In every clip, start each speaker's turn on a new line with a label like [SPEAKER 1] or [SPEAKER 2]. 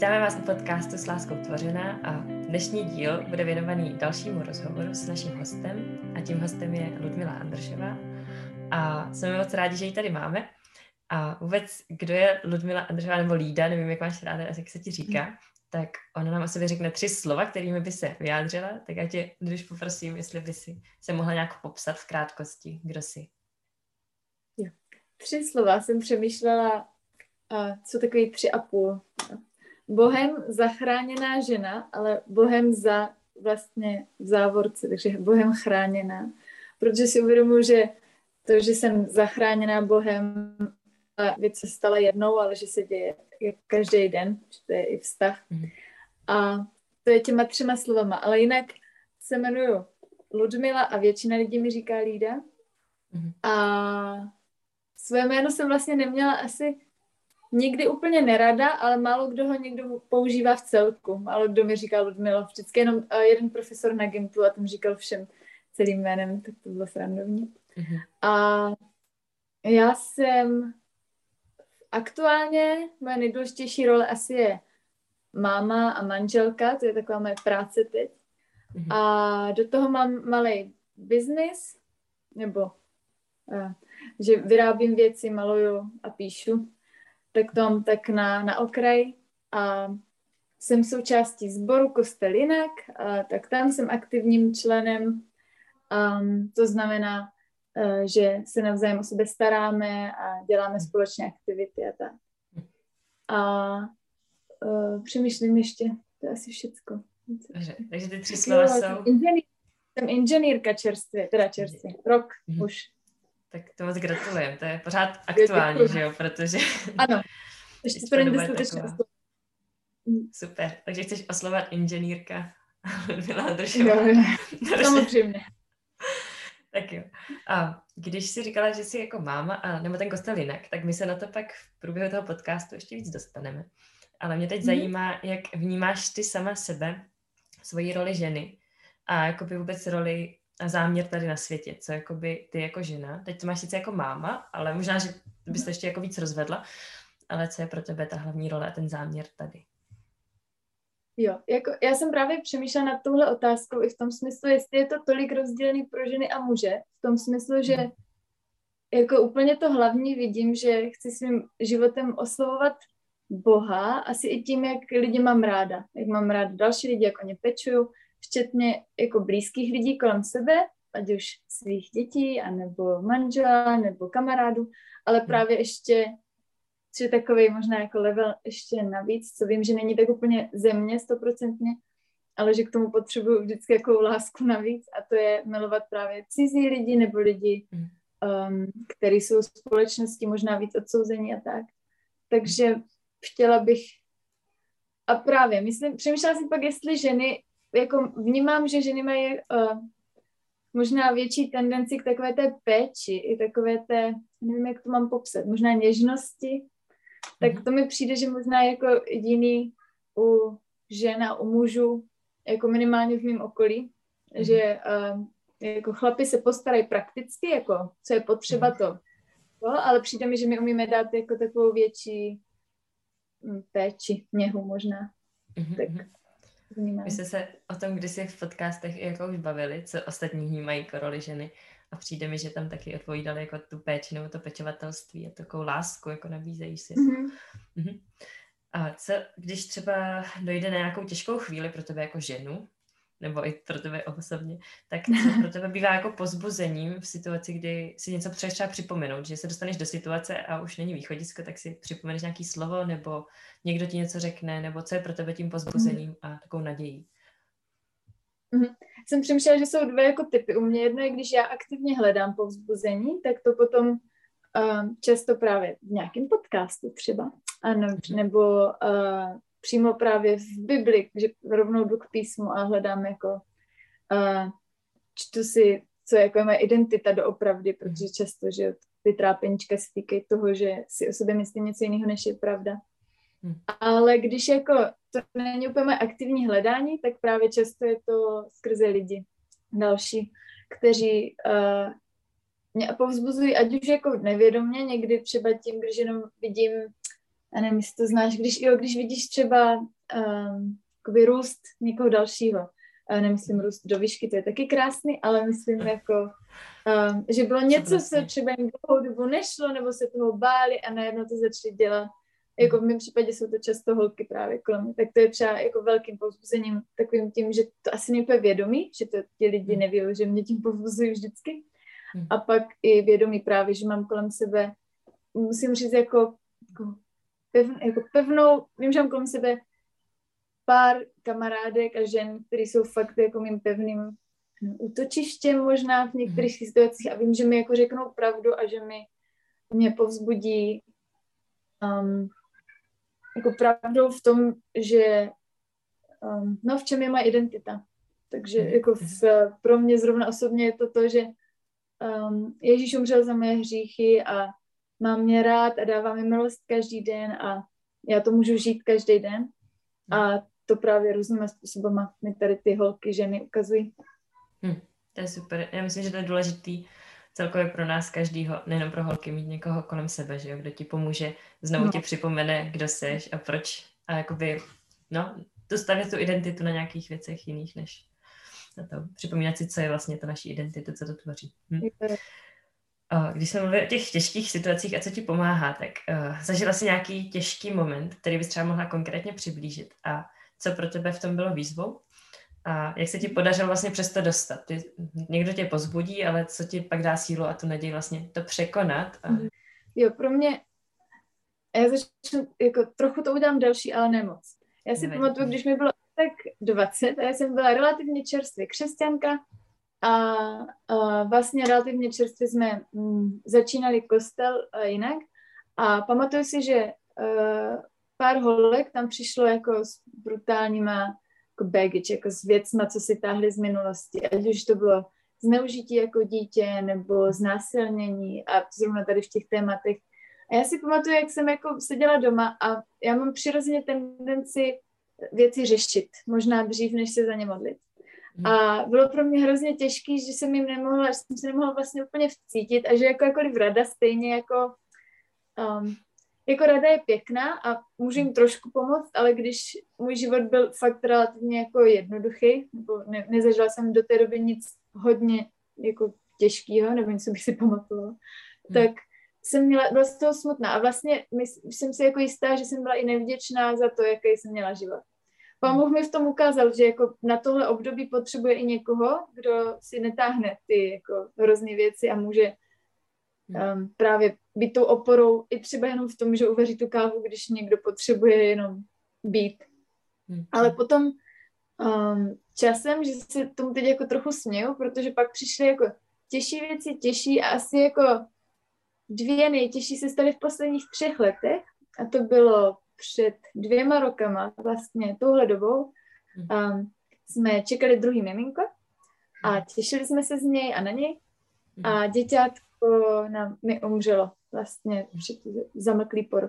[SPEAKER 1] Vítáme vás u podcastu S láskou tvořená a dnešní díl bude věnovaný dalšímu rozhovoru s naším hostem a tím hostem je Ludmila Andršová a jsme moc rádi, že ji tady máme. A vůbec, kdo je Ludmila Andršová nebo Lída, nevím, jak máš ráda, jak se ti říká, tak ona nám o sobě řekne 3 slova, kterými by se vyjádřila, tak já tě, když poprosím, jestli by si se mohla nějak popsat v krátkosti, kdo jsi.
[SPEAKER 2] 3 slova jsem přemýšlela, co takový 3,5. Bohem zachráněná žena, ale Bohem za vlastně v závorce, takže Bohem chráněná. Protože si uvědomuji, že to, že jsem zachráněná Bohem, věc se stala jednou, ale že se děje každý den, že to je i vztah. A to je těma 3 slovama. Ale jinak se jmenuju Ludmila a většina lidí mi říká Lída. A svoje jméno jsem vlastně neměla asi nikdy úplně nerada, ale málo kdo ho někdo používá v celku. Málo kdo mi říká Ludmila. Vždycky jenom jeden profesor na Gimplu a ten říkal všem celým jménem, tak to bylo srandovní. A já jsem aktuálně, moje nejdůležitější role asi je máma a manželka, to je taková moje práce teď. A do toho mám malý biznis, nebo že vyrábím věci, maluju a píšu. Tak na okraj a jsem součástí sboru Kostel jinak, tak tam jsem aktivním členem. To znamená, že se navzájem o sebe staráme a děláme společné aktivity a tak. A přemýšlím ještě, to je asi všecko.
[SPEAKER 1] Takže ty 3 slova jsou...
[SPEAKER 2] Jsem inženýrka čerstvě, rok už.
[SPEAKER 1] Tak to moc gratulujem, to je pořád aktuální, že jo, protože...
[SPEAKER 2] Ano, ještě to není dostatečně.
[SPEAKER 1] Super, takže chceš oslovat inženýrka Ludmila Andršová.
[SPEAKER 2] Samozřejmě.
[SPEAKER 1] Tak jo. A když jsi říkala, že jsi jako máma, nebo ten kostel jinak, tak my se na to pak v průběhu toho podcastu ještě víc dostaneme. Ale mě teď zajímá, jak vnímáš ty sama sebe, svoji roli ženy a jakoby vůbec roli a záměr tady na světě, co jakoby ty jako žena. Teď to máš sice jako máma, ale možná, že bys to ještě jako víc rozvedla, ale co je pro tebe ta hlavní role a ten záměr tady?
[SPEAKER 2] Jo, jako já jsem právě přemýšlela nad touhle otázkou i v tom smyslu, jestli je to tolik rozdělený pro ženy a muže, v tom smyslu, že jako úplně to hlavní vidím, že chci svým životem oslovovat Boha, asi i tím, jak lidi mám ráda. Jak mám ráda další lidi, jak o ně pečuju, včetně jako blízkých lidí kolem sebe, ať už svých dětí, anebo manžela, nebo kamarádů, ale právě ještě že takový možná jako level ještě navíc, co vím, že není tak úplně ze mě 100%, ale že k tomu potřebuju vždycky jako lásku navíc a to je milovat právě cizí lidi nebo lidi, kteří jsou v společnosti možná víc odsouzení a tak. Takže chtěla bych a právě, přemýšlela jsem pak, jestli ženy, jako vnímám, že ženy mají možná větší tendenci k takové té péči i takové té, nevím, jak to mám popsat, možná něžnosti, tak to mi přijde, že možná jako jiný u žen a u mužů, jako minimálně v mém okolí, že jako chlapi se postarají prakticky, jako co je potřeba to, ale přijde mi, že my umíme dát jako takovou větší péči, něhu možná. Tak vnímám.
[SPEAKER 1] My jsme se o tom kdysi v podcastech i jako už bavili, co ostatní vnímají jako roli ženy. A přijde mi, že tam taky odpovídali jako tu péči nebo to pečovatelství a takovou lásku, jako nabízejí si. A co, když třeba dojde na nějakou těžkou chvíli pro tebe jako ženu, nebo i pro tebe osobně, tak co pro tebe bývá jako povzbuzením v situaci, kdy si něco potřebuješ třeba připomenout, že se dostaneš do situace a už není východisko, tak si připomeneš nějaký slovo, nebo někdo ti něco řekne, nebo co je pro tebe tím povzbuzením a takovou nadějí?
[SPEAKER 2] Jsem přemýšlela, že jsou 2 jako typy. U mě jedno je, když já aktivně hledám povzbuzení, tak to potom často právě v nějakém podcastu třeba, nebo přímo právě v Bibli, že rovnou jdu k písmu a hledám jako, čtu si, co jako je moje identita doopravdy, protože často, že ty trápeníčka se týkají toho, že si o sobě myslím něco jiného, než je pravda. Ale když jako to není úplně moje aktivní hledání, tak právě často je to skrze lidi další, kteří mě povzbuzují, ať už jako nevědomě, někdy třeba tím, když jenom vidím a nevím, jestli to znáš, když vidíš třeba růst někoho dalšího, nemyslím růst do výšky, to je taky krásný, ale myslím jako, že bylo něco, co třeba jim dlouhou dobu nešlo, nebo se toho báli a najednou to začali dělat. Jako v mém případě jsou to často holky právě kolem mě, tak to je třeba jako velkým povzbuzením takovým tím, že to asi není úplně vědomí, že to ti lidi neví, že mě tím povzbuzují vždycky. A pak i vědomí právě, že mám kolem sebe, musím říct jako pevnou, vím, že mám kolem sebe pár kamarádek a žen, který jsou fakt jako mým pevným útočištěm možná v některých situacích a vím, že mi jako řeknou pravdu a že mě povzbudí jako pravdou v tom, že v čem je má identita. Takže jako pro mě zrovna osobně je to, že Ježíš umřel za moje hříchy a má mě rád a dává mi milost každý den a já to můžu žít každý den a to právě různýma způsobama mi tady ty holky, ženy ukazují.
[SPEAKER 1] To je super. Já myslím, že to je důležitý celkově pro nás každýho, nejenom pro holky, mít někoho kolem sebe, že jo, kdo ti pomůže, znovu ti připomene, kdo seš a proč. A jakoby, dostavět tu identitu na nějakých věcech jiných, než na to. Připomínat si, co je vlastně to naší identitu, co to tvoří. Když jsme mluvili o těch těžkých situacích a co ti pomáhá, tak zažila jsi nějaký těžký moment, který bys třeba mohla konkrétně přiblížit a co pro tebe v tom bylo výzvou? A jak se ti podařilo vlastně přes to dostat? Někdo tě pozbudí, ale co ti pak dá sílu a tu naději vlastně to překonat?
[SPEAKER 2] Jo, pro mě, já začnu, jako trochu to udělám delší, ale ne moc. Já si pamatuju, když mi bylo tak 20 a já jsem byla relativně čerstvě křesťanka a vlastně relativně čerstvě jsme začínali kostel jinak a pamatuju si, že pár holek tam přišlo jako s brutálníma jako baggage, jako s věcma, co si táhli z minulosti. Ať už to bylo zneužití jako dítě nebo znásilnění a zrovna tady v těch tématech. A já si pamatuju, jak jsem jako seděla doma a já mám přirozeně tendenci věci řešit, možná dřív, než se za ně modlit. A bylo pro mě hrozně těžké, že jsem se nemohla vlastně úplně vcítit a že jakoukoliv rada stejně jako rada je pěkná a můžu jim trošku pomoct, ale když můj život byl fakt relativně jako jednoduchý, nebo nezažila jsem do té doby nic hodně jako těžkého, nebo něco bych si pamatovala, tak byla z toho smutná a vlastně jsem si jako jistá, že jsem byla i nevděčná za to, jaký jsem měla život. Pán Bůh mi v tom ukázal, že jako na tohle období potřebuje i někoho, kdo si netáhne ty jako hrozný věci a může právě být tou oporou i třeba jenom v tom, že uvaří tu kávu, když někdo potřebuje jenom být. Ale potom časem, že se tomu teď jako trochu směju, protože pak přišly jako těžší věci, a asi jako 2 nejtěžší se staly v posledních 3 letech a to bylo před 2 rokama, vlastně touhle dobou, jsme čekali druhý miminko a těšili jsme se z něj a na něj a děťátko mi umřelo vlastně před zamlklý porod.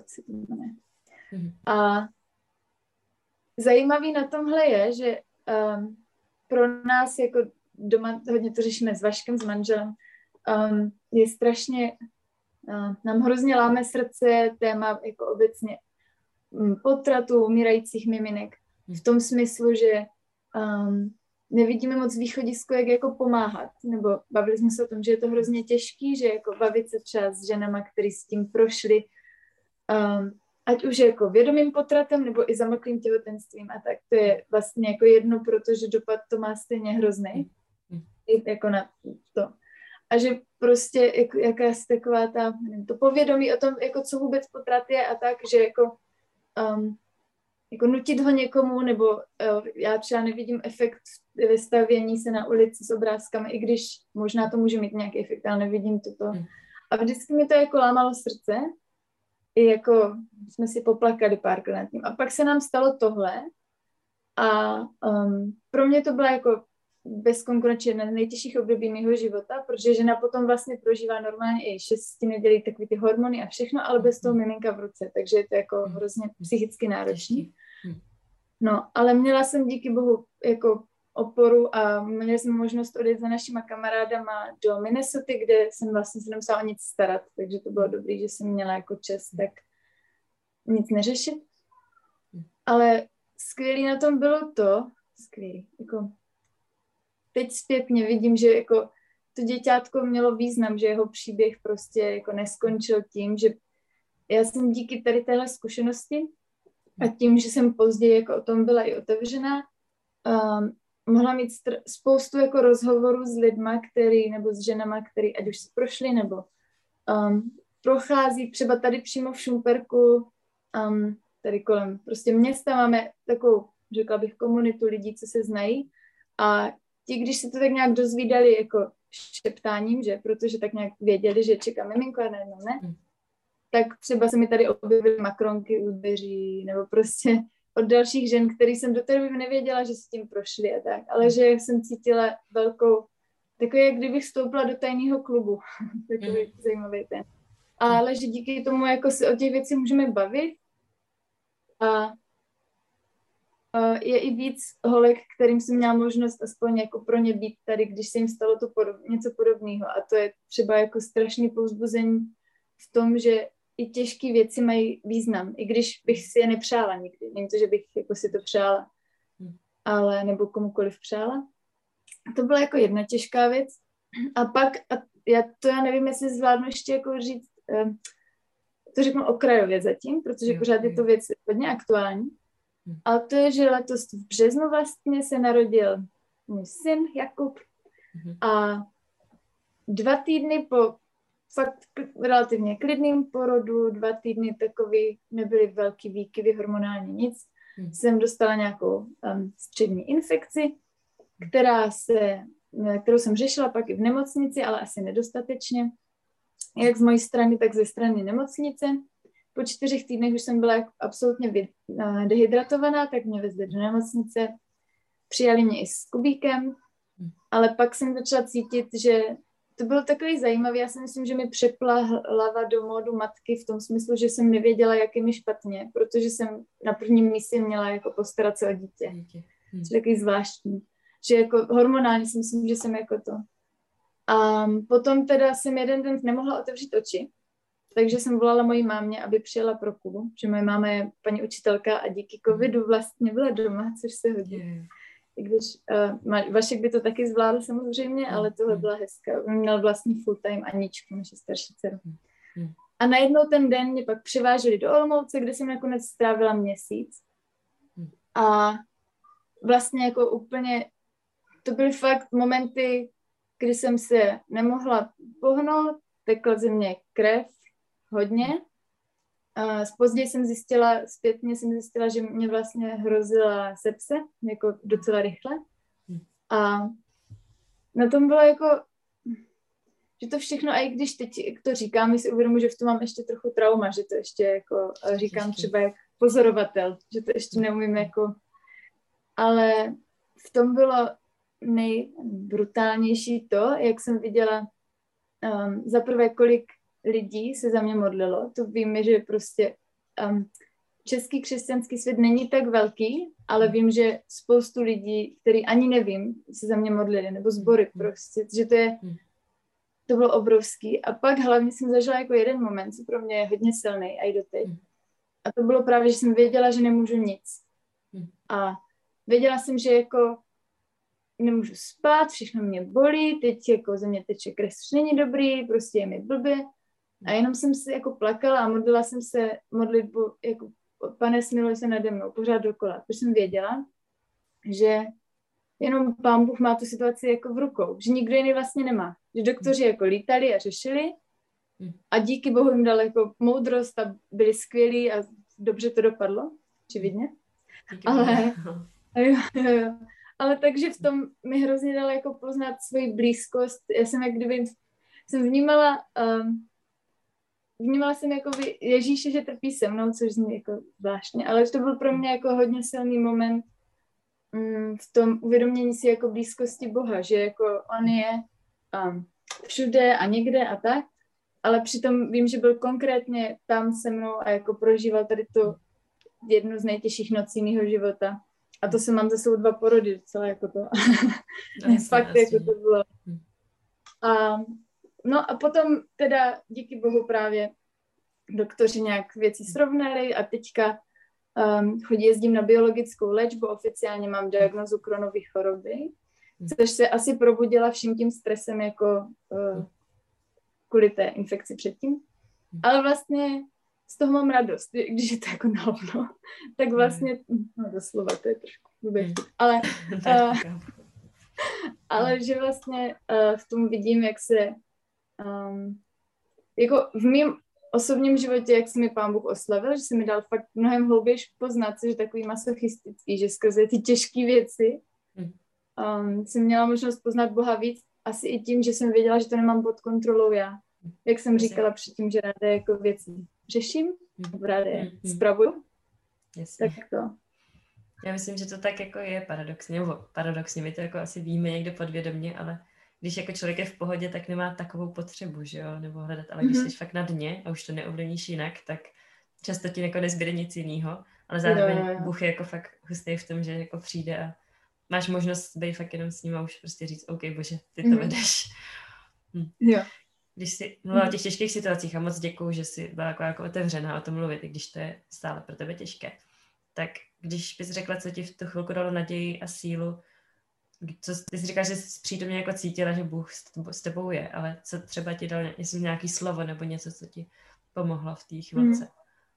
[SPEAKER 2] A zajímavý na tomhle je, že pro nás jako doma, hodně to řešíme s Vaškem, s manželem, je strašně, nám hrozně láme srdce téma jako obecně potratu umírajících miminek. V tom smyslu, že nevidíme moc východisko, jak jako pomáhat. Nebo bavili jsme se o tom, že je to hrozně těžký, že jako bavit se třeba s ženama, který s tím prošli, ať už jako vědomým potratem, nebo i zamlklým těhotenstvím a tak. To je vlastně jako jedno, protože dopad to má stejně hrozný. Jako na to. A že prostě jako, jakási taková to povědomí o tom, jako co vůbec potrat je a tak, že jako nutit ho někomu, nebo já třeba nevidím efekt vystavění se na ulici s obrázkami, i když možná to může mít nějaký efekt, ale nevidím toto. A vždycky mi to jako lámalo srdce, i jako jsme si poplakali párkrát nad tím. A pak se nám stalo tohle a pro mě to byla jako bezkonkurenčně jedna z nejtěžších období mého života, protože žena potom vlastně prožívá normálně i 6 nedělí takový ty hormony a všechno, ale bez toho miminka v ruce, takže je to jako hrozně psychicky náročný. No, ale měla jsem díky bohu jako oporu a měla jsem možnost odjet za našima kamarádama do Minnesoty, kde jsem vlastně se nemusela o nic starat, takže to bylo dobrý, že jsem měla jako čas tak nic neřešit. Ale skvělý na tom bylo skvělý, jako teď zpětně vidím, že jako to děťátko mělo význam, že jeho příběh prostě jako neskončil tím, že já jsem díky tady téhle zkušenosti a tím, že jsem později jako o tom byla i otevřená, mohla mít spoustu jako rozhovorů s lidma, nebo s ženama, který ať už si prošli, nebo prochází třeba tady přímo v Šumperku, tady kolem prostě města máme takovou, řekla bych, komunitu lidí, co se znají a ti, když se to tak nějak dozvídali jako šeptáním, že, protože tak nějak věděli, že čeká miminko a najednou ne, tak třeba se mi tady objevily makronky u dveří, nebo prostě od dalších žen, který jsem do té doby nevěděla, že s tím prošli a tak, ale že jsem cítila velkou, takový, jak kdybych vstoupila do tajného klubu, takový zajímavý ten. Ale že díky tomu jako se o těch věcí můžeme bavit a je i víc holek, kterým jsem měla možnost aspoň jako pro ně být tady, když se jim stalo to něco podobného. A to je třeba jako strašný povzbuzení v tom, že i těžké věci mají význam, i když bych si je nepřála nikdy. Není to, že bych jako si to přála, ale nebo komukoliv přála. To byla jako jedna těžká věc. A pak, já nevím, jestli zvládnu ještě jako říct, to řeknu okrajově zatím, protože pořád je to věc hodně aktuální. A to je, že letos v březnu vlastně se narodil můj syn Jakub a 2 týdny po fakt relativně klidným porodu, 2 týdny takový, nebyly velký výkyvy hormonální nic, jsem dostala nějakou střední infekci, kterou jsem řešila pak i v nemocnici, ale asi nedostatečně. Jak z mojí strany, tak ze strany nemocnice. Po 4 týdnech už jsem byla absolutně dehydratovaná, tak mě vezli do nemocnice. Přijali mě i s kubíkem, ale pak jsem začala cítit, že to bylo takový zajímavý. Já si myslím, že mi přepla hlava do módu matky v tom smyslu, že jsem nevěděla, jak je mi špatně, protože jsem na prvním místě měla jako postarat se o dítě. To je takový zvláštní. Že jako hormonálně si myslím, že jsem jako to. A potom teda jsem jeden den nemohla otevřít oči, takže jsem volala mojí mámě, aby přijela pro Kubu, že moje máma je paní učitelka a díky covidu vlastně byla doma, což se hodí. I když Vašek by to taky zvládl samozřejmě, ale tohle byla hezká. On měl vlastní full time Aničku, naši starší dceru. A najednou ten den mě pak přiváželi do Olomouce, kde jsem nakonec strávila měsíc. A vlastně jako úplně, to byly fakt momenty, kdy jsem se nemohla pohnout, tekla ze mě krev hodně. Později zpětně jsem zjistila, že mě vlastně hrozila sepse, jako docela rychle. A na tom bylo jako, že to všechno, a i když teď to říkám, my si uvědomuji, že v tom mám ještě trochu trauma, že to ještě jako říkám třeba jak pozorovatel, že to ještě neumím jako, ale v tom bylo nejbrutálnější to, jak jsem viděla zaprvé, kolik lidí se za mě modlilo. To víme, že prostě český křesťanský svět není tak velký, ale vím, že spoustu lidí, který ani nevím, se za mě modlili, nebo sbory prostě, že to bylo obrovský. A pak hlavně jsem zažila jako jeden moment, co pro mě je hodně silný, a i doteď. A to bylo právě, že jsem věděla, že nemůžu nic. A věděla jsem, že jako nemůžu spát, všechno mě bolí, teď jako ze mě teče krev, není dobrý, prostě je mi blbě. A jenom jsem si jako plakala a modlila jsem se modlitbu, jako Pane, smiluj se nade mnou, pořád dokola. Protože jsem věděla, že jenom Pán Bůh má tu situaci jako v rukou, že nikdo jiný vlastně nemá. Že doktoři jako lítali a řešili a díky Bohu jim dal jako moudrost a byli skvělí a dobře to dopadlo, očividně. Ale takže v tom mi hrozně dalo jako poznat svoji blízkost. Já jsem jak kdyby vnímala jsem jako Ježíše, že trpí se mnou, což zní jako zvláštně, ale to byl pro mě jako hodně silný moment v tom uvědomění si jako blízkosti Boha, že jako on je všude a někde a tak, ale přitom vím, že byl konkrétně tam se mnou a jako prožíval tady tu jednu z nejtěžších nocí mýho života. A to jsem mám za sebou 2 porody, docela jako to. Fakt jako to bylo. No a potom teda díky Bohu právě doktoři nějak věci srovnali a teďka jezdím na biologickou léčbu, oficiálně mám diagnozu Cronovy choroby, což se asi probudila vším tím stresem jako kvůli té infekci předtím. Ale vlastně z toho mám radost, když je to jako na hovno. Tak vlastně, no doslova, to je trošku blbý. Ale že vlastně v tom vidím, jak se jako v mém osobním životě, jak se mi Pán Bůh oslavil, že se mi dal fakt mnohem hloubějš poznat, což je takový masochistický, že skrze ty těžké věci jsem měla možnost poznat Boha víc, asi i tím, že jsem věděla, že to nemám pod kontrolou já. Jak jsem říkala předtím, že ráda jako věci řeším, ráda je spravuju. Tak to.
[SPEAKER 1] Já myslím, že to tak jako je paradoxně, my to jako asi víme někde podvědomě, ale když jako člověk je v pohodě, tak nemá takovou potřebu, že jo, nebo hledat, ale když jsi fakt na dně a už to neovlivníš jinak, tak často ti jako nezbyde nic jiného, ale zároveň Bůh je jako fakt hustý v tom, že jako přijde a máš možnost být fakt jenom s ním a už prostě říct, OK, Bože, ty to vedeš.
[SPEAKER 2] Jo.
[SPEAKER 1] Když jsi mluvila o těch těžkých situacích a moc děkuju, že jsi byla jako otevřená o tom mluvit, i když to je stále pro tebe těžké, tak když bys řekla, co ti v tu chvilku dalo naději a sílu, ty jsi říkala, že jsi přítomně jako cítila, že Bůh s tebou je, ale co třeba ti dal nějaký slovo nebo něco, co ti pomohlo v té chvilce?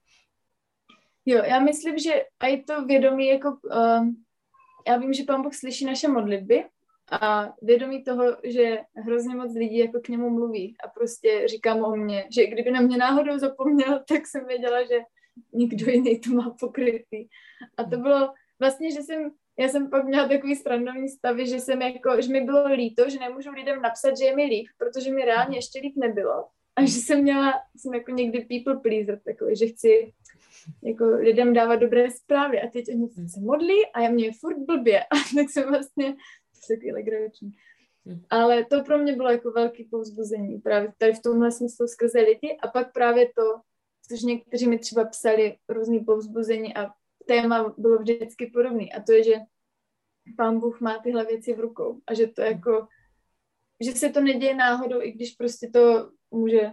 [SPEAKER 2] Jo, já myslím, že a je to vědomí, jako já vím, že Pán Bůh slyší naše modlitby a vědomí toho, že hrozně moc lidí jako k němu mluví a prostě říká mu o mně, že kdyby na mě náhodou zapomněl, tak jsem věděla, že někdo jiný to má pokrytý. A to bylo vlastně, že já jsem pak měla takový srandovní stavy, že že mi bylo líto, že nemůžu lidem napsat, že je mi líp, protože mi reálně ještě líp nebylo. A že jsem jako někdy people pleaser takový, že chci jako lidem dávat dobré zprávy a teď oni se modlí a já mě je furt blbě. A tak jsem vlastně, to je takový legrační. Ale to pro mě bylo jako velký povzbuzení právě tady v tomhle smyslu skrze lidi a pak právě to, což někteří mi třeba psali různý povzbuzení a téma bylo vždycky podobný a to je, že Pán Bůh má tyhle věci v rukou a že to jako, že se to neděje náhodou, i když prostě to může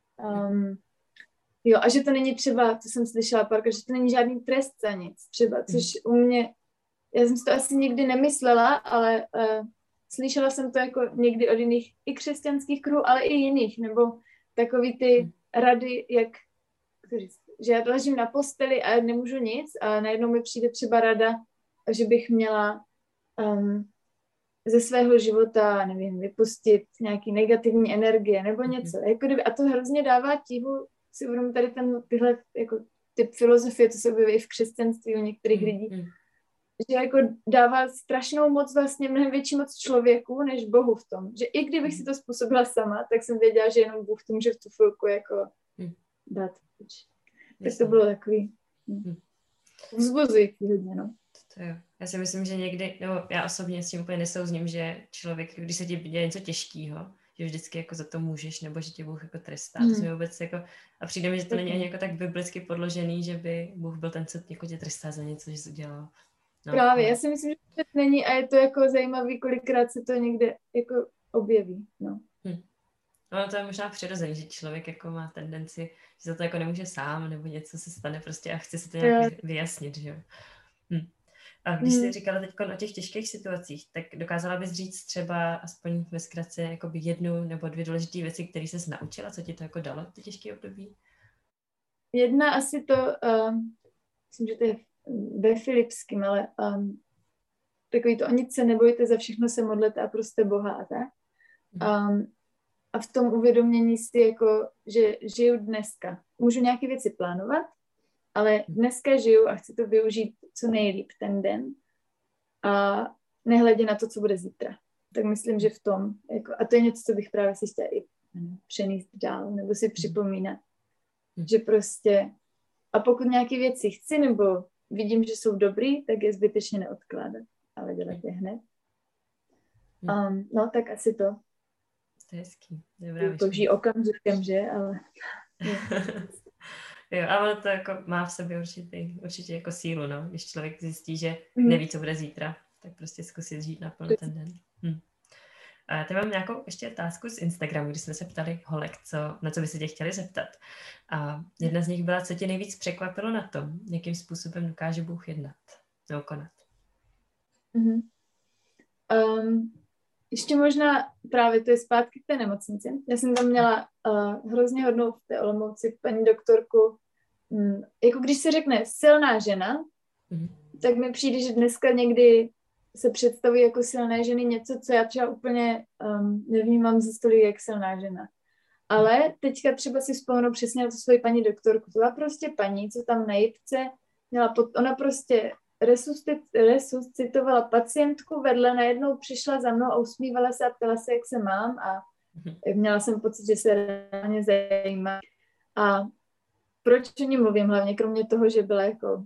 [SPEAKER 2] jo, a že to není třeba, co jsem slyšela párkrát, že to není žádný trest za nic třeba, což u mě, já jsem si to asi nikdy nemyslela, ale slyšela jsem to jako někdy od jiných i křesťanských kruhů, ale i jiných, nebo takový ty rady, jak že já ležím na posteli a nemůžu nic a najednou mi přijde třeba rada, že bych měla ze svého života, nevím, vypustit nějaký negativní energie nebo něco. Jako kdyby, a to hrozně dává tíhu si uvědomit tady tyhle jako typ filozofie, co se objeví v křesťanství u některých lidí, že jako dává strašnou moc, vlastně mnohem větší moc člověku, než Bohu v tom. Že i kdybych si to způsobila sama, tak jsem věděla, že jenom Bůh to může v tu chvilku jako dát. Tak to bylo takový vzbuzující hodně, no.
[SPEAKER 1] To jo. Já si myslím, že někdy, nebo já osobně s tím úplně nesouzním, že člověk, když se ti děje něco těžkého, že vždycky jako za to můžeš, nebo že tě Bůh jako trestá. To se mi vůbec jako, a přijde mi, že to není ani jako tak biblicky podložený, že by Bůh byl ten, co jako tě trestá za něco, že jsi udělal. No,
[SPEAKER 2] právě, já si myslím, že to není a je to jako zajímavý, kolikrát se to někde jako objeví, no.
[SPEAKER 1] No to je možná přirozený, že člověk jako má tendenci, že za to jako nemůže sám, nebo něco se stane prostě a chce si to nějak vyjasnit, že jo. A když jsi říkala teď o těch těžkých situacích, tak dokázala bys říct třeba aspoň ve zkratce jakoby jednu nebo dvě důležité věci, které jsi naučila, co ti to jako dalo, ty těžké období?
[SPEAKER 2] Jedna asi to, myslím, že to je ve Filipským, ale takový to, o nic se nebojte, za všechno se modlete a proste Boha a tak. A v tom uvědomění si jako, že žiju dneska. Můžu nějaké věci plánovat, ale dneska žiju a chci to využít co nejlíp ten den a nehledě na to, co bude zítra. Tak myslím, že v tom, jako, a to je něco, co bych právě si chtěla i přenést dál, nebo si připomínat, že prostě, a pokud nějaké věci chci, nebo vidím, že jsou dobrý, tak je zbytečně neodkládat, ale dělat je hned. No, tak asi to.
[SPEAKER 1] To je hezký. Dobrá
[SPEAKER 2] to žijí okamžikem, že? Ale...
[SPEAKER 1] Jo, ale to jako má v sobě určitě jako sílu, no. Když člověk zjistí, že neví, co bude zítra, tak prostě zkusit žít naplno ten den. A teď mám nějakou ještě otázku z Instagramu, když jsme se ptali holek, na co by se tě chtěli zeptat. A jedna z nich byla, co tě nejvíc překvapilo na tom, jakým způsobem dokáže Bůh jednat nebo konat.
[SPEAKER 2] Mm-hmm. Ještě možná právě to je zpátky k té nemocnici. Já jsem tam měla hrozně hodnou v té Olomouci paní doktorku. Jako když se řekne silná žena, tak mi přijde, že dneska někdy se představují jako silné ženy něco, co já třeba úplně nevnímám ze stolik jak silná žena. Ale teďka třeba si vzpomenu přesně na tu svoji paní doktorku. To byla prostě paní, co tam na jipce měla, ona prostě resuscitovala pacientku, vedle najednou přišla za mnou a usmívala se a ptala se, jak se mám a měla jsem pocit, že se reálně zajímá. A proč o ní mluvím? Hlavně kromě toho, že byla jako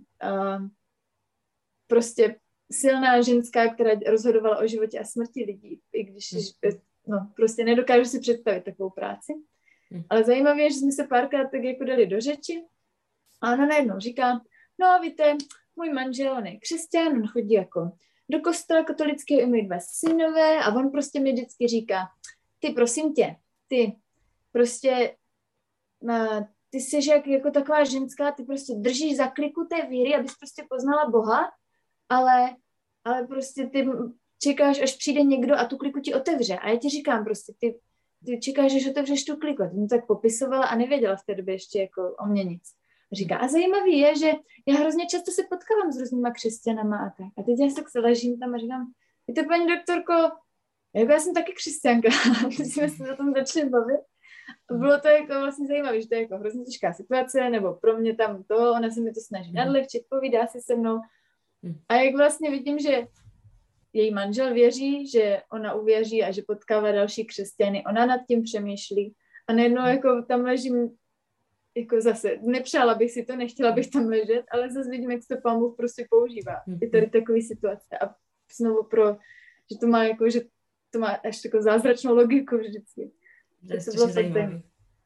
[SPEAKER 2] prostě silná ženská, která rozhodovala o životě a smrti lidí, i když prostě nedokážu si představit takovou práci. Ale zajímavé je, že jsme se párkrát tak jako dali do řeči a ona najednou říká, no víte, můj manžel, on je křesťan, on chodí jako do kostela katolického, i mají 2 synové a on prostě mi vždycky říká, ty prosím tě, ty prostě ty jsi jako taková ženská, ty prostě držíš za kliku té víry, abys prostě poznala Boha, ale prostě ty čekáš, až přijde někdo a tu kliku ti otevře. A já ti říkám prostě, ty čekáš, až otevřeš tu kliku. A ty mi tak popisovala a nevěděla v té době ještě jako o mě nic. A říká, a zajímavý je, že já hrozně často se potkávám s různýma křesťanama a tak. A teď já se ležím tam a říkám, víte, paní doktorko, jako já jsem taky křesťanka. A teď jsme se o tom začali bavit. A bylo to jako vlastně zajímavé, že to je jako hrozně těžká situace, nebo pro mě tam to, ona se mi to snaží nadlehčit, povídá si se mnou. A jak vlastně vidím, že její manžel věří, že ona uvěří a že potkává další křesťany, ona nad tím přemýšlí a najednou jako tam ležím, jako zase, nepřála bych si to, nechtěla bych tam ležet, ale zase vidím, jak se to Pán Bůh prostě používá. Je tady takový situace a znovu že to má jako, že to má až takovou zázračnou logiku vždycky.
[SPEAKER 1] To je strašně zajímavý.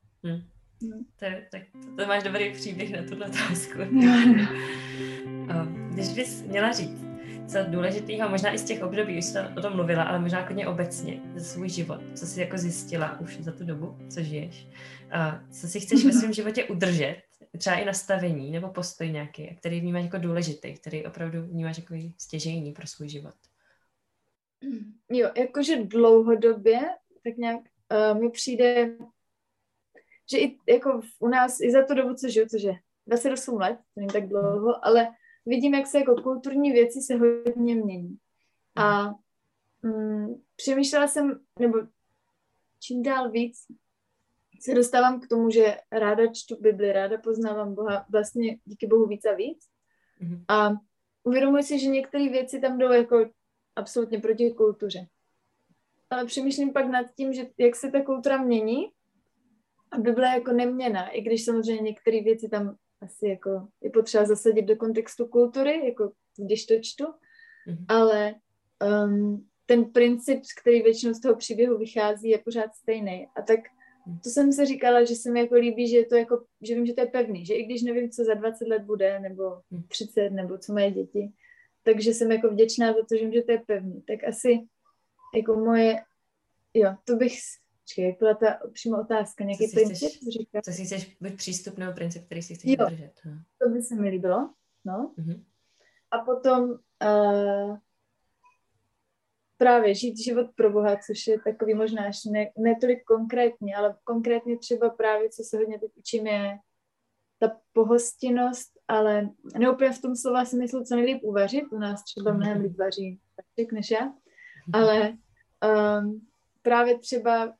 [SPEAKER 1] To máš dobrý příběh na tuhle otázku. Když bys měla říct, co důležitého, možná i z těch období, už jsi o tom mluvila, ale možná hodně obecně, za svůj život, co jsi jako zjistila už za tu dobu, co žiješ, co si chceš ve svém životě udržet, třeba i nastavení nebo postoj nějaký, který vnímáš jako důležitý, který opravdu vnímáš jako stěžejní pro svůj život.
[SPEAKER 2] Jo, jakože dlouhodobě, tak nějak mi přijde, že i jako u nás, i za tu dobu, co žiju, což je 28 let, to není tak dlouho, ale vidím, jak se jako kulturní věci se hodně mění. A přemýšlela jsem, nebo čím dál víc se dostávám k tomu, že ráda čtu Bibli, ráda poznávám Boha, vlastně díky Bohu víc a víc. A uvědomuji si, že některé věci tam jdou jako absolutně proti kultuře. Ale přemýšlím pak nad tím, že jak se ta kultura mění a Bible je jako neměnná, i když samozřejmě některé věci tam asi jako je potřeba zasadit do kontextu kultury, jako když to čtu, ale ten princip, který většinou z toho příběhu vychází, je pořád stejný. A tak to jsem se říkala, že se mi jako líbí, že je to jako, že vím, že to je pevný, že i když nevím, co za 20 let bude, nebo 30, nebo co mají děti, takže jsem jako vděčná za to, že vím, že to je pevný. Tak asi jako moje, to bych, jak byla ta přímo otázka, nějaký princip?
[SPEAKER 1] Co si chceš být přístup nebo princip, který si chceš udržet?
[SPEAKER 2] To by se mi líbilo, no. A potom právě žít život pro Boha, což je takový možná až ne tolik konkrétně, ale konkrétně třeba právě, co se hodně teď učím, je ta pohostinnost, ale ne úplně v tom slova smyslu, co nejlíp uvařit, u nás třeba mnohem líp vaří Patrik než já, ale právě třeba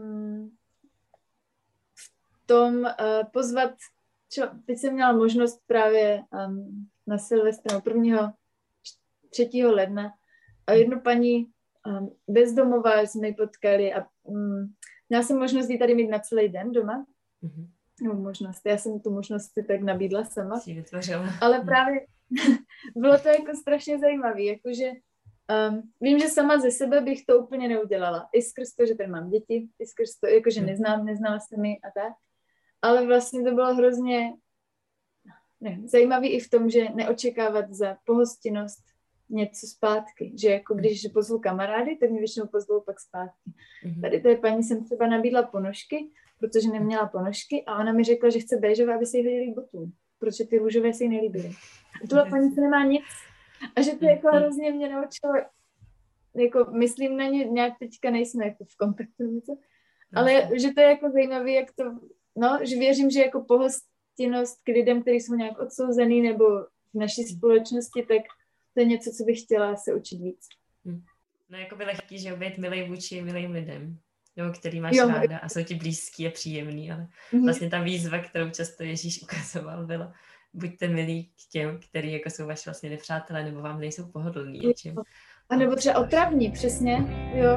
[SPEAKER 2] v tom pozvat, teď jsem měla možnost právě na Silvestra 3. ledna a jednu paní bezdomová jsme ji potkali a měla jsem možnost jí tady mít na celý den doma. No, možnost. Já jsem tu možnost si tak nabídla sama. Ale právě bylo to jako strašně zajímavé, jakože vím, že sama ze sebe bych to úplně neudělala. I skrz to, že tady mám děti, i skrz to, jakože neznala jsem mi a tak. Ale vlastně to bylo hrozně zajímavé i v tom, že neočekávat za pohostinnost něco zpátky. Že jako když pozvu kamarády, tak mě většinou pozvou pak zpátky. Tady té paní jsem třeba nabídla ponožky, protože neměla ponožky a ona mi řekla, že chce béžové, aby se jí hodily botů, protože ty růžové se jí nelíbily. A tohle paní se nemá nic. A že to jako hrozně mě naučilo, jako myslím na ně, nějak teďka nejsme jako v kontaktu, něco, ale že to je jako zajímavé, jak to, no, že věřím, že jako pohostinnost k lidem, kteří jsou nějak odsouzený nebo v naší společnosti, tak to je něco, co bych chtěla se učit víc.
[SPEAKER 1] No jako by lehký, že být milej vůči milým lidem, nebo který máš ráda a jsou ti blízký a příjemný, ale vlastně ta výzva, kterou často Ježíš ukazoval, byla buďte milí k těm, který jako jsou vaši vlastně nepřátelé, nebo vám nejsou pohodlní něčím.
[SPEAKER 2] A nebo třeba otravní, přesně, jo.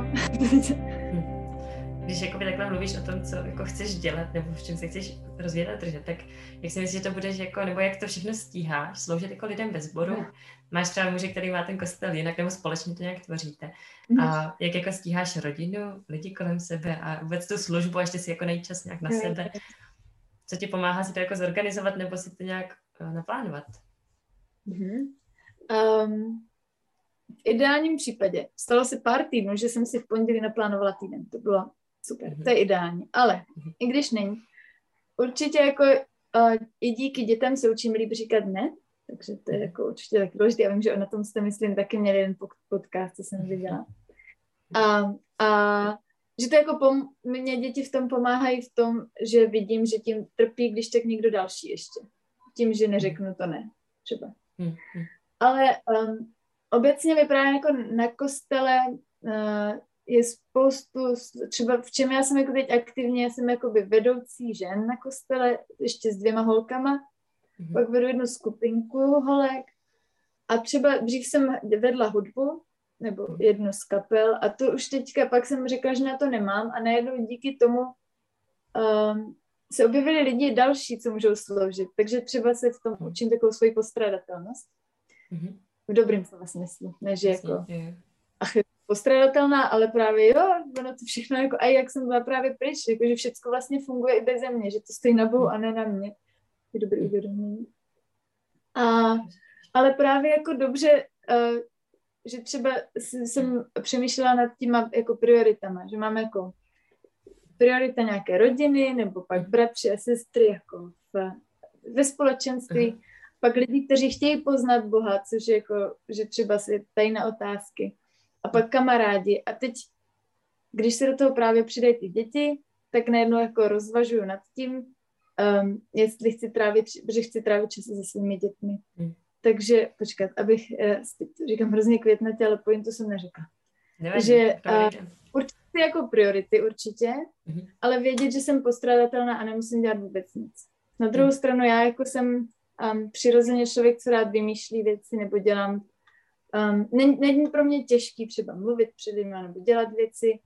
[SPEAKER 1] Když jakoby takhle mluvíš o tom, co jako chceš dělat, nebo v čem se chceš rozvíjet a držet, tak jak si myslíš, že to budeš jako, nebo jak to všechno stíháš, sloužit jako lidem ve sboru? Máš třeba muže, který má ten kostel jinak, nebo společně to nějak tvoříte. A jak jako stíháš rodinu, lidi kolem sebe a vůbec tu službu, a ještě si jako najít čas nějak na sebe. Co ti pomáhá si to jako zorganizovat, nebo si to nějak naplánovat?
[SPEAKER 2] V ideálním případě stalo se pár týdnů, že jsem si v pondělí naplánovala týden. To bylo super, to je ideální. Ale i když není, určitě jako i díky dětem se učím líp říkat ne, takže to je jako určitě tak důležité. Já vím, že na tom jste, myslím, taky měli jeden podcast, co jsem viděla. A že to jako mě děti v tom pomáhají v tom, že vidím, že tím trpí, když tak někdo další ještě. Tím, že neřeknu to ne, třeba. Ale obecně mi právě jako na kostele je spoustu, třeba v čem já jsem jako teď aktivně, já jsem jakoby vedoucí žen na kostele, ještě s 2 holkama, pak vedu jednu skupinku holek a třeba dřív jsem vedla hudbu, nebo jednu z kapel a to už teďka, pak jsem řekla, že na to nemám a najednou díky tomu se objevili lidi další, co můžou sloužit, takže třeba se v tom učím takovou svoji postradatelnost. V dobrým slova smyslu, než jako postradatelná, ale právě jo, ono to všechno jako, a jak jsem byla právě pryč, jako, že všechno vlastně funguje i beze mě, že to stojí na Bohu a ne na mě. Je dobrý uvědomění. Ale právě jako dobře, že třeba jsem přemýšlela nad těma jako prioritama, že máme jako priorita nějaké rodiny, nebo pak bratři a sestry jako ve společenství, pak lidi, kteří chtějí poznat Boha, což je jako, že třeba se ptají na otázky. A pak kamarádi. A teď, když se do toho právě přidají ty děti, tak najednou jako rozvažuju nad tím, jestli chci trávit čas se svými dětmi. Takže, počkat, abych, říkám hrozně květnatě, ale pointu jsem neřekla. Takže určitě jako priority, určitě, ale vědět, že jsem postradatelná a nemusím dělat vůbec nic. Na druhou stranu já jako jsem přirozeně člověk, co rád vymýšlí věci, nebo dělám. Není pro mě těžký třeba mluvit před lidmi, nebo dělat věci.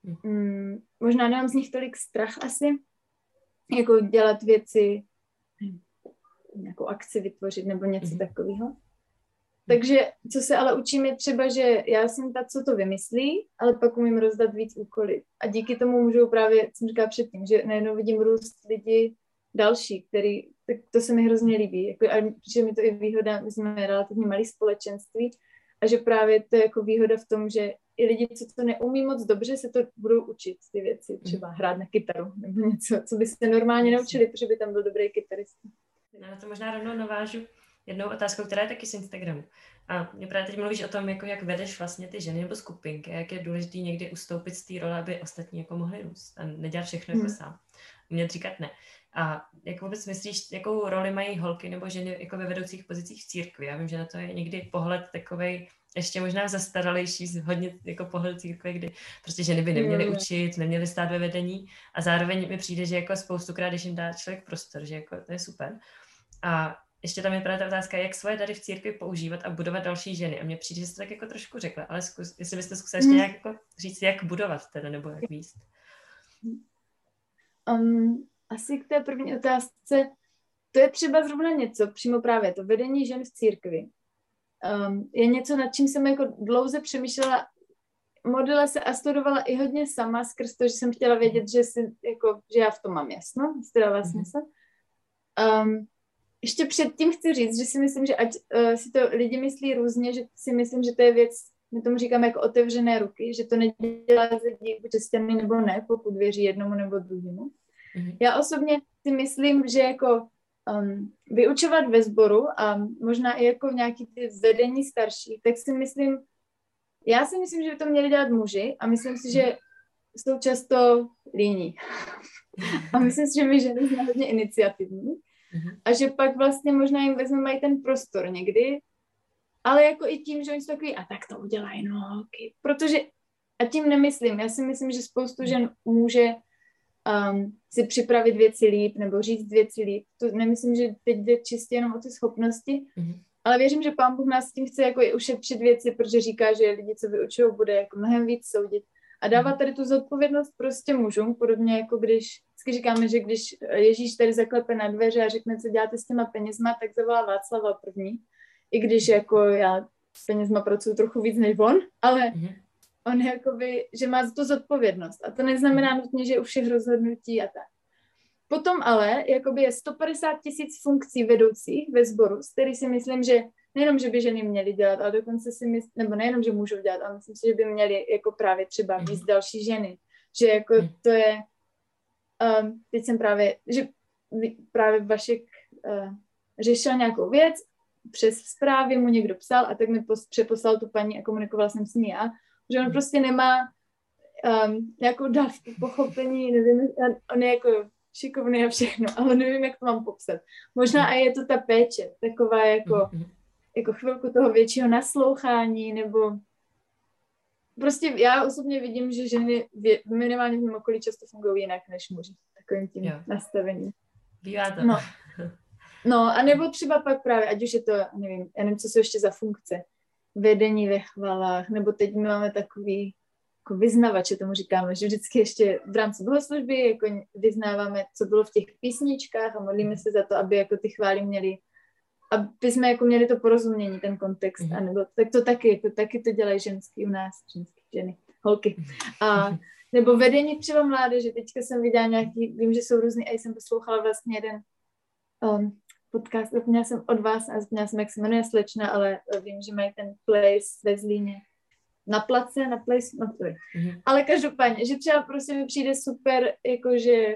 [SPEAKER 2] Možná nemám z nich tolik strach asi, jako dělat věci, nějakou akci vytvořit, nebo něco takového. Takže, co se ale učím, je třeba, že já jsem ta, co to vymyslí, ale pak umím rozdat víc úkoly. A díky tomu můžou právě, jsem říkala předtím, že najednou vidím růst lidí další, tak to se mi hrozně líbí. Jako, a že mi to je výhoda, my jsme relativně malý společenství a že právě to je jako výhoda v tom, že i lidi, co to neumí moc dobře, se to budou učit, ty věci, třeba hrát na kytaru nebo něco, co by se normálně naučili, protože by tam byl dobrý kytarista.
[SPEAKER 1] Já na to možná rovnou navážu jednou otázkou, která je taky z Instagramu. A mě právě teď mluvíš o tom, jako jak vedeš vlastně ty ženy nebo skupinky, jak je důležité někdy ustoupit z té role, aby ostatní jako mohli růst a nedělat všechno jako sám. Umět říkat ne. A jak vůbec myslíš, jakou roli mají holky nebo ženy jako ve vedoucích pozicích v církvi? Já vím, že na to je někdy pohled takovej ještě možná zastaralejší, hodně jako pohled církve, kdy prostě ženy by neměly učit, neměly stát ve vedení a zároveň mi přijde, že jako spoustukrát, když jim dá člověk prostor, že jako to je super. A ještě tam je právě ta otázka, jak svoje dary v církvi používat a budovat další ženy. A mně přijde, že jste tak jako trošku řekla, ale jestli byste zkusila ještě nějak jako říct, jak budovat teda, nebo jak víc.
[SPEAKER 2] Asi k té první otázce, to je třeba zrovna něco, přímo právě to vedení žen v církvi. Je něco, nad čím jsem jako dlouze přemýšlela, modlila se a studovala i hodně sama, skrz to, že jsem chtěla vědět, že já v tom mám jasno, jestli dává smysl. ještě předtím chci říct, že si myslím, že ať si to lidi myslí různě, že si myslím, že to je věc, my tomu říkáme jako otevřené ruky, že to nedělá z lidí křesťany nebo ne, pokud věří jednomu nebo druhému. Já osobně si myslím, že jako vyučovat ve sboru a možná i jako nějaký ty vedení starší, tak si myslím, já si myslím, že by to měli dělat muži a myslím si, že jsou často líní. A myslím si, že my ženy jsme hodně iniciativní a že pak vlastně možná jim vezmeme ten prostor někdy, ale jako i tím, že oni jsou takový, a tak to udělají, no, okay. Protože, a tím nemyslím, já si myslím, že spoustu žen může si připravit věci líp nebo říct věci líp. To nemyslím, že teď jde čistě jenom o ty schopnosti, ale věřím, že Pán Bůh nás tím chce jako i ušetřit věci, protože říká, že lidi, co vyučují, bude jako mnohem víc soudit. A dává tady tu zodpovědnost prostě mužům, podobně jako když vždycky říkáme, že když Ježíš tady zaklepe na dveře a řekne, co děláte s těma penězma, tak zavolá Václava první. I když jako já s penězma pracuji trochu víc než on, ale on jakoby, že má tu zodpovědnost. A to neznamená nutně, že u všech rozhodnutí a tak. Potom ale jakoby je 150 000 funkcí vedoucích ve sboru, z kterých si myslím, že nejenom, že by ženy měly dělat, ale dokonce si myslím, nebo nejenom, že můžou dělat, ale myslím si, že by měly jako právě třeba víc další ženy. Že jako to je, teď jsem právě Vašek řešil nějakou věc, přes zprávy mu někdo psal a tak mi přeposlal tu paní a komunikovala jsem s ní já, že on prostě nemá nějakou dávku pochopení, nevím, on je jako šikovný a všechno, ale nevím, jak to mám popsat. Možná a je to ta péče, taková jako chvilku toho většího naslouchání, nebo prostě já osobně vidím, že ženy minimálně v mém okolí často fungují jinak než muži, takovým tím nastavením.
[SPEAKER 1] Bývá to.
[SPEAKER 2] No, a nebo třeba pak právě, ať už je to, nevím, co jsou ještě za funkce, vedení ve chvalách, nebo teď my máme takový jako vyznavače, tomu říkáme, že vždycky ještě v rámci bohoslužby jako vyznáváme, co bylo v těch písničkách a modlíme se za to, aby jako ty chvály měli, aby jsme jako měli to porozumění, ten kontext, a nebo tak to taky to dělají ženský u nás, ženský ženy, holky. A nebo vedení třeba mládeže, teďka jsem viděla nějaký, vím, že jsou různý, a jsem poslouchala vlastně jeden podcast, zapomněla jsem od vás a zapomněla jsem, jak se jmenuje slečna, ale vím, že mají ten place ve Zlíně. Na place. Ale každopádně, že třeba prostě mi přijde super, jakože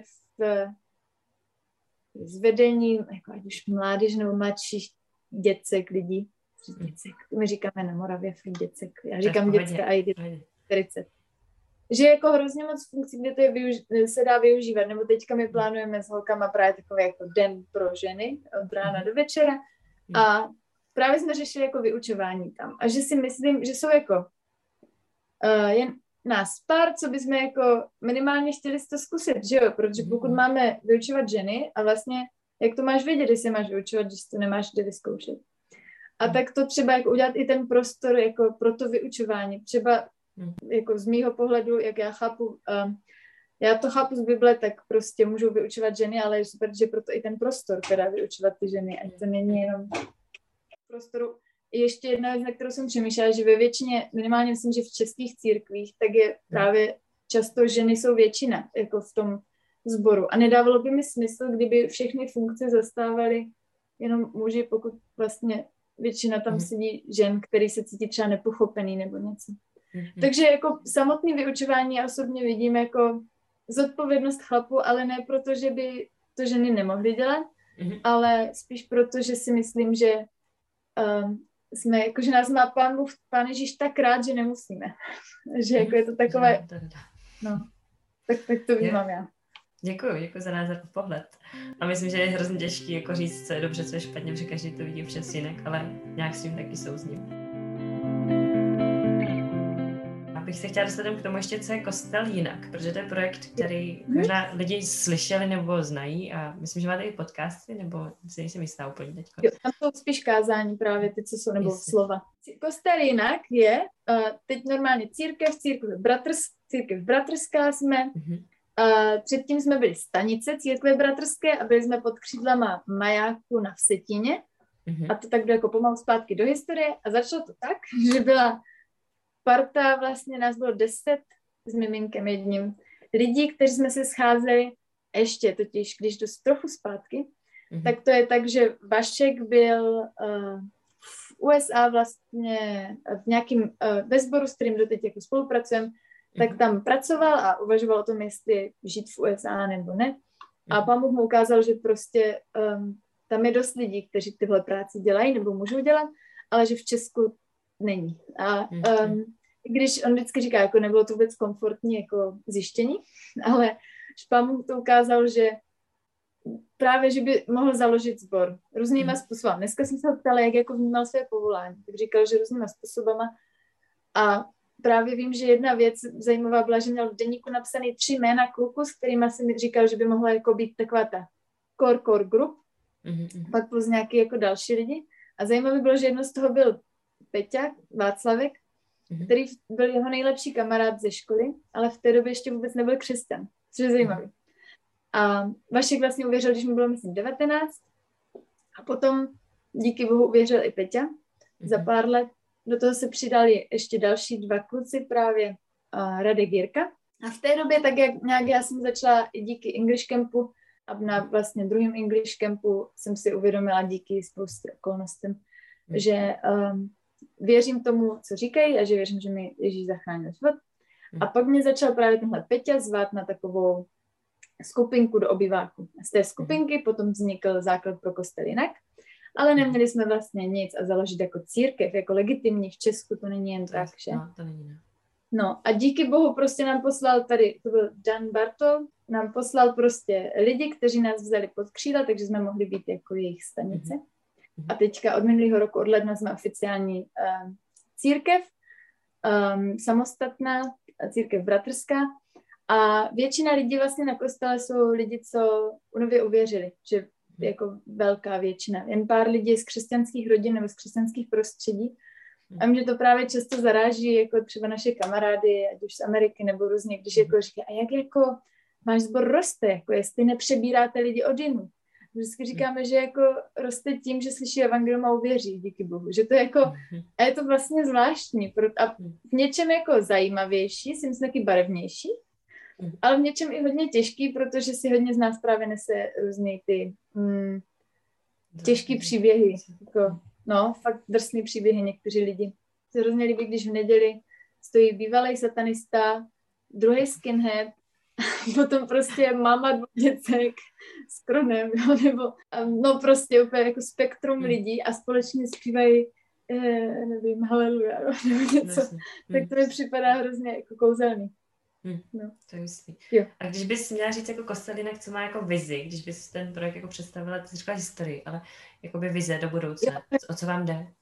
[SPEAKER 2] s vedením, jako ať už mládež nebo mladších děcek lidí, děcek, my říkáme na Moravě děcek, já říkám děcka a i 40. Že jako hrozně moc funkcí, kde to se dá využívat, nebo teďka my plánujeme s holkama právě takový jako den pro ženy, od rána do večera a právě jsme řešili jako vyučování tam a že si myslím, že jsou jako jen nás pár, co bychom jako minimálně chtěli to zkusit, že jo, protože pokud máme vyučovat ženy a vlastně, jak to máš vědět, jestli máš vyučovat, když to nemáš kde vyzkoušet. A tak to třeba jako udělat i ten prostor jako pro to vyučování, třeba jako z mýho pohledu, jak já chápu, já to chápu z Bible, tak prostě můžou vyučovat ženy, ale je super, že proto i ten prostor, která vyučovat ty ženy, ať to není jenom prostoru. Ještě jedna věc, na kterou jsem přemýšlela, že ve většině, minimálně myslím, že v českých církvích, tak je právě často ženy jsou většina, jako v tom sboru. A nedávalo by mi smysl, kdyby všechny funkce zastávaly jenom muži, pokud vlastně většina tam sedí žen, který se cítí třeba nepochopený nebo něco. Takže jako samotné vyučování já osobně vidím jako zodpovědnost chlapu, ale ne proto, že by to ženy nemohly dělat, ale spíš proto, že si myslím, že jsme, jakože nás má Pán Ježíš tak rád, že nemusíme. Že jako je to takové, no, tak to vnímám já.
[SPEAKER 1] Děkuji za názor a pohled. A myslím, že je hrozně těžký jako říct, co je dobře, co je špatně, protože každý to vidí přes jinak, ale nějak s tím taky souzním. Bych se chtěla dostat k tomu ještě, co je kostel jinak, protože to je projekt, který možná lidi slyšeli nebo znají a myslím, že máte i podcasty, nebo si nejsem jistá úplně teď.
[SPEAKER 2] Jo, tam jsou spíš kázání právě ty, co jsou, nebo slova. Kostel jinak je teď normálně církev bratrská jsme, předtím jsme byli stanice církve bratrské a byli jsme pod křídlama majáku na Vsetíně a to tak jde jako pomalu zpátky do historie a začalo to tak, že byla parta, vlastně nás bylo 10 s miminkem jedním lidí, kteří jsme se scházeli ještě totiž, když jdu trochu zpátky, tak to je tak, že Vašek byl v USA vlastně v nějakým ve sboru, s kterým doteď jako spolupracujeme, tak tam pracoval a uvažoval o tom, jestli žít v USA nebo ne. A Pán Bůh mu ukázal, že prostě tam je dost lidí, kteří tyhle práci dělají nebo můžou dělat, ale že v Česku není. A když on vždycky říká, jako nebylo to vůbec komfortní jako zjištění, ale Pán Bůh to ukázal, že právě, že by mohl založit sbor různýma způsoby. Dneska jsem se ho ptala, jak jako vnímal své povolání. Tak říkal, že různýma způsobama. A právě vím, že jedna věc zajímavá byla, že měl v deníku napsaný 3 jména kluků, s kterými si mi říkal, že by mohla jako být taková ta core group. Pak plus nějaký jako další lidi. A zajímavé bylo, že jedno z toho byl Peťa Václavek, který byl jeho nejlepší kamarád ze školy, ale v té době ještě vůbec nebyl křesťan. Což je zajímavé. A Vašek vlastně uvěřil, když mu bylo, myslím, 19. A potom díky Bohu uvěřil i Peťa. Za pár let do toho se přidali ještě další 2 kluci, právě Radek Jirka. A v té době tak nějak já jsem začala i díky English Campu a na vlastně druhém English Campu jsem si uvědomila díky spoustě okolnostem, že věřím tomu, co říkají a že věřím, že mi Ježíš zachránil život. A pak mě začal právě tenhle Peťa zvát na takovou skupinku do obyváku. Z té skupinky potom vznikl základ pro kostel jinak, ale neměli jsme vlastně nic a založit jako církev, jako legitimní v Česku, to není jen tak, že?
[SPEAKER 1] No, to není, ne.
[SPEAKER 2] No a díky Bohu prostě nám poslal tady, to byl Dan Bartol, nám poslal prostě lidi, kteří nás vzali pod křídla, takže jsme mohli být jako jejich stanice. A teďka od minulého roku, od ledna jsme oficiální církev, samostatná církev bratrská. A většina lidí vlastně na kostele jsou lidi, co nově uvěřili, že jako velká většina. Jen pár lidí z křesťanských rodin nebo z křesťanských prostředí. A mě to právě často zaráží, jako třeba naše kamarády, ať už z Ameriky nebo různě, když jako říkají, a jak jako váš sbor roste, jako jestli nepřebíráte lidi od jinu. Vždycky říkáme, že jako roste tím, že slyší evangelium a uvěří, díky Bohu. Že to jako, a je to vlastně zvláštní. A v něčem jako zajímavější, si myslím taky barevnější, ale v něčem i hodně těžký, protože si hodně z nás právě nese různý ty těžký příběhy. Jako, no, fakt drsný příběhy někteří lidi. Se hrozně líbí, když v neděli stojí bývalý satanista, druhý skinhead, potom prostě máma 2 děcek s kronem, nebo no prostě úplně jako spektrum lidí a společně zpívají nevím, haleluja, nebo něco. Tak to mi připadá hrozně jako kouzelný.
[SPEAKER 1] No. To je myslí.
[SPEAKER 2] Jo.
[SPEAKER 1] A když bys měla říct jako kostel jinak, co má jako vizi, když bys ten projekt jako představila, ty jsi říkala historii, ale jakoby vize do budoucna, o co vám jde?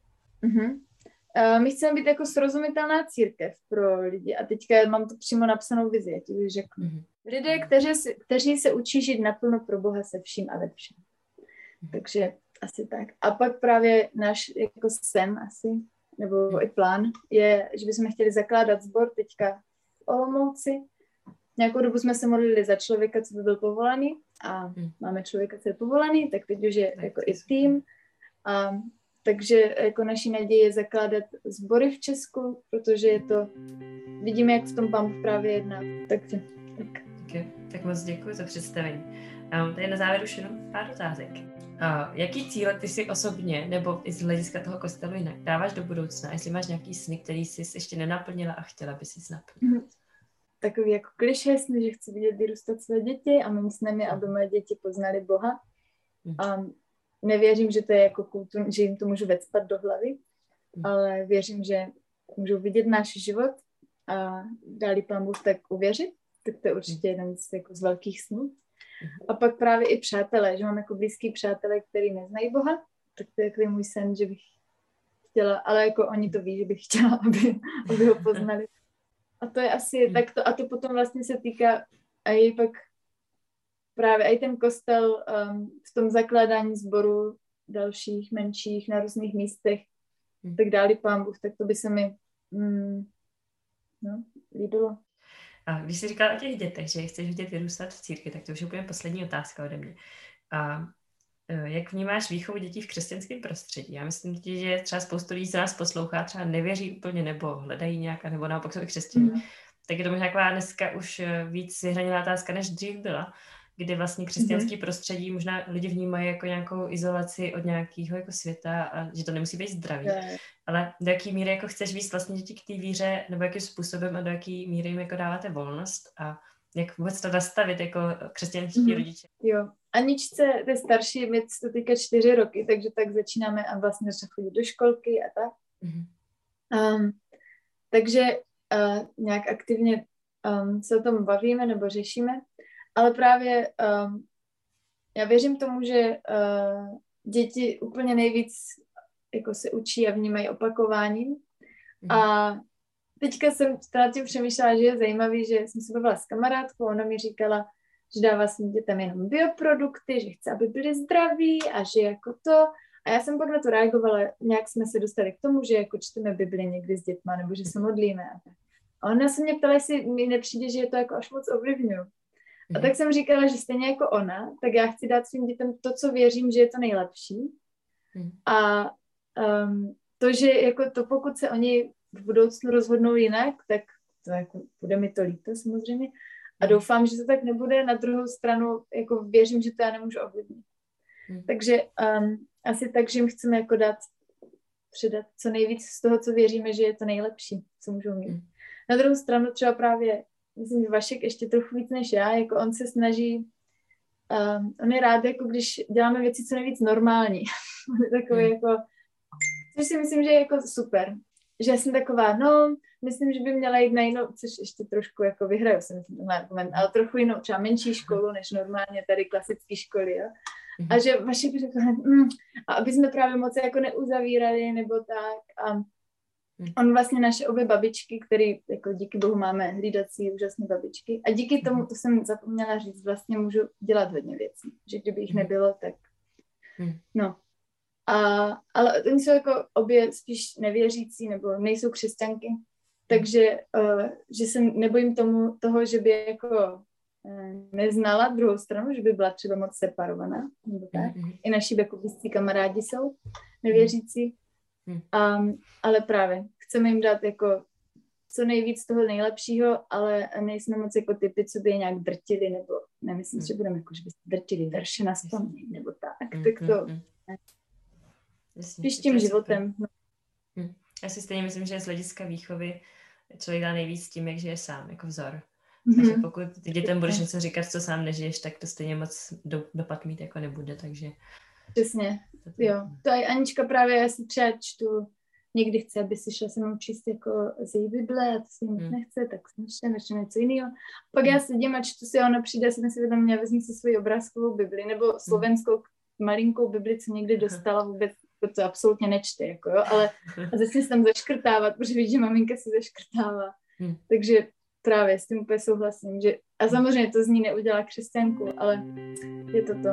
[SPEAKER 2] My chceme být jako srozumitelná církev pro lidi a teďka mám to přímo napsanou vizi, já ti bych řeknu. Lidé, kteří se učí žít naplno pro Boha se vším a ve všem. Takže asi tak. A pak právě náš jako sen asi, nebo i plán je, že bychom chtěli zakládat sbor teďka v Olomouci. Nějakou dobu jsme se modlili za člověka, co by byl povolaný a máme člověka, co je povolaný, tak teď už je jako i tým. Takže jako naší naděje je zakládat sbory v Česku, protože je to, vidíme, jak v tom Pán Bůh právě jedná. Takže tak.
[SPEAKER 1] Okay. Tak moc děkuji za představení. Tady na závěr už jenom pár otázek. Jaký cíle ty si osobně, nebo i z hlediska toho kostelu jinak, dáváš do budoucna? Jestli máš nějaký sny, který jsi ještě nenaplnila a chtěla by si naplnit?
[SPEAKER 2] Takový jako klišé sny, že chci vidět vyrůstat své děti a mým snem je, aby moje děti poznali Boha. Nevěřím, že to je jako kulturní, že jim to můžu vecpat do hlavy, ale věřím, že můžou vidět náš život a dá-li Pán Bůh tak uvěřit, tak to je určitě jeden z velkých snů. A pak právě i přátelé, že mám jako blízký přátelé, který neznají Boha, tak to je takový můj sen, že bych chtěla, ale jako oni to ví, že bych chtěla, aby ho poznali. A to je asi takto, a to potom vlastně se týká a i pak právě i ten kostel v tom zakládání sboru dalších, menších, na různých místech, tak dáli Pán Bůh, tak to by se mi líbilo.
[SPEAKER 1] A když jsi říkala o těch dětech, že chceš vidět vyrůstat v církvi, tak to už je úplně poslední otázka ode mě. A jak vnímáš výchovu dětí v křesťanském prostředí? Já myslím, že třeba spoustu lidí, co nás poslouchá, třeba nevěří úplně, nebo hledají nějaká, nebo naopak jsou křesťané. Tak je to možná taková dneska už víc vyhraněná otázka, než dřív byla. kdy vlastně křesťanský prostředí možná lidi vnímají jako nějakou izolaci od nějakého jako světa a že to nemusí být zdravý. Ale do jaký míry jako chceš víc vlastně děti k té víře, nebo jakým způsobem a do jaký míry jim jako dáváte volnost a jak vůbec to nastavit jako křesťanští rodiče?
[SPEAKER 2] Jo. Aničce, ty starší, mi to teďka 4 roky, takže tak začínáme a vlastně začne chodit do školky a tak. Takže nějak aktivně se o tom bavíme nebo řešíme, ale právě já věřím tomu, že děti úplně nejvíc jako se učí a vnímají opakováním. A teďka jsem nad tím přemýšlela, že je zajímavý, že jsem se bavila s kamarádkou, ona mi říkala, že dává svým dětem jenom bioprodukty, že chce, aby byli zdraví a že jako to. A já jsem pak na to reagovala, nějak jsme se dostali k tomu, že jako čteme Bibli někdy s dětma, nebo že se modlíme a tak. A ona se mě ptala, jestli mi nepřijde, že je to jako až moc ovlivňuju. A tak jsem říkala, že stejně jako ona, tak já chci dát svým dětem to, co věřím, že je to nejlepší. A to, že jako to, pokud se oni v budoucnu rozhodnou jinak, tak to jako bude mi to líto samozřejmě. A doufám, že to tak nebude. Na druhou stranu jako věřím, že to já nemůžu ovlivnit. Takže asi tak, že jim chceme jako předat co nejvíc z toho, co věříme, že je to nejlepší, co můžou mít. Na druhou stranu třeba právě, myslím, že Vašek ještě trochu víc než já, jako on se snaží, on je rád, jako když děláme věci co nejvíc normální. On je takový jako, což si myslím, že je jako super. Že já jsem taková, no, myslím, že by měla jít na jinou, což ještě trošku jako vyhraju, si myslím, tenhle argument, ale trochu jinou, třeba menší školu, než normálně tady klasické školy, jo. A že Vašek řekl, a aby jsme právě moc jako neuzavírali, nebo tak. A on vlastně naše obě babičky, které jako díky bohu máme hlídací úžasné babičky. A díky tomu, to jsem zapomněla říct, vlastně můžu dělat hodně věcí. Že kdyby jich nebylo, tak no. Ale oni jsou jako obě spíš nevěřící, nebo nejsou křesťanky. Takže že se nebojím toho, že by jako neznala druhou stranu, že by byla třeba moc separovaná. Nebo tak. I naši jako blízcí kamarádi jsou nevěřící. Ale právě chceme jim dát jako co nejvíc toho nejlepšího, ale nejsme moc jako typy, co by je nějak drtili, nebo nemyslím, že budeme jako, že by drtili verše na vzpomnění, nebo tak. Tak to spíš tím životem.
[SPEAKER 1] Já si stejně myslím, že z hlediska výchovy člověk dá nejvíc tím, jak žije sám, jako vzor. Takže pokud dětem budeš něco říkat, co sám nežiješ, tak to stejně moc dopad mít jako nebude, takže...
[SPEAKER 2] Přesně, jo. To i Anička právě, já si třeba čtu, někdy chce, aby si šla se mnou číst jako z její Bible a to si moc nechce, tak jsem ještě něco jiného. Pak já sedím a čtu si a ona přijde, jsem si vědomila, vezmu si svoji obrázkovou Bibli nebo slovenskou malinkou Bibli, co někdy dostala vůbec, to absolutně nečte, jako jo, ale a začne se tam zaškrtávat, protože vidí, že maminka si zaškrtává. Takže právě s tím úplně souhlasím, že a samozřejmě to z ní neudělá křesťanku, ale je to to.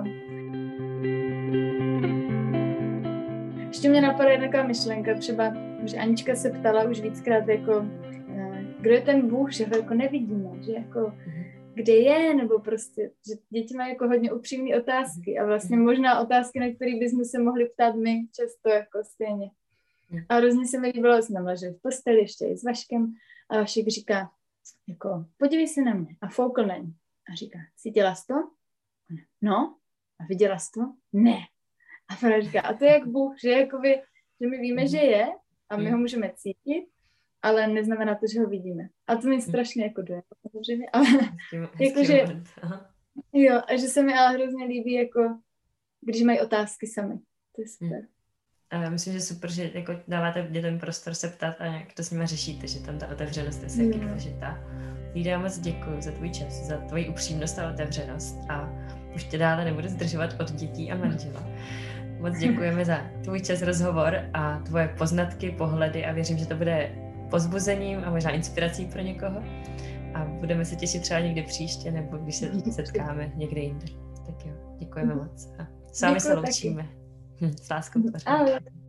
[SPEAKER 2] Ještě mě napadá jedna taková myšlenka, třeba, že Anička se ptala už víckrát, jako, kdo je ten Bůh, že ho jako nevidíme, že jako, kde je, nebo prostě, že děti mají jako hodně upřímné otázky a vlastně možná otázky, na které bychom se mohli ptát my často jako stejně. A hrozně se mi líbilo, jsme leželi v posteli ještě i s Vaškem a Vašek říká, jako, podívej se na mě a foukl na ní a říká, cítila jsi to? No. A viděla jsi to? Ne. A Fara říká, a to je jak Bůh, že, jakoby, že my víme, že je a my ho můžeme cítit, ale neznamená to, že ho vidíme. A to mi strašně jako doje, samozřejmě, ale jakože, jo, a že se mi ale hrozně líbí, jako, když mají otázky sami. To je super.
[SPEAKER 1] A já myslím, že super, že jako dáváte dětem prostor se ptát a nějak to s nimi řešíte, že tam ta otevřenost je taky důležitá. Lída, moc děkuji za tvůj čas, za tvoji upřímnost a otevřenost a už tě dále nebudu zdržovat od dětí a manžela. Moc děkujeme za tvůj čas, rozhovor a tvoje poznatky, pohledy a věřím, že to bude povzbuzením a možná inspirací pro někoho. A budeme se těšit třeba někdy příště nebo když se setkáme někde jinde. Tak jo, děkujeme moc. A s vámi se loučíme. S láskou.
[SPEAKER 2] Ahoj.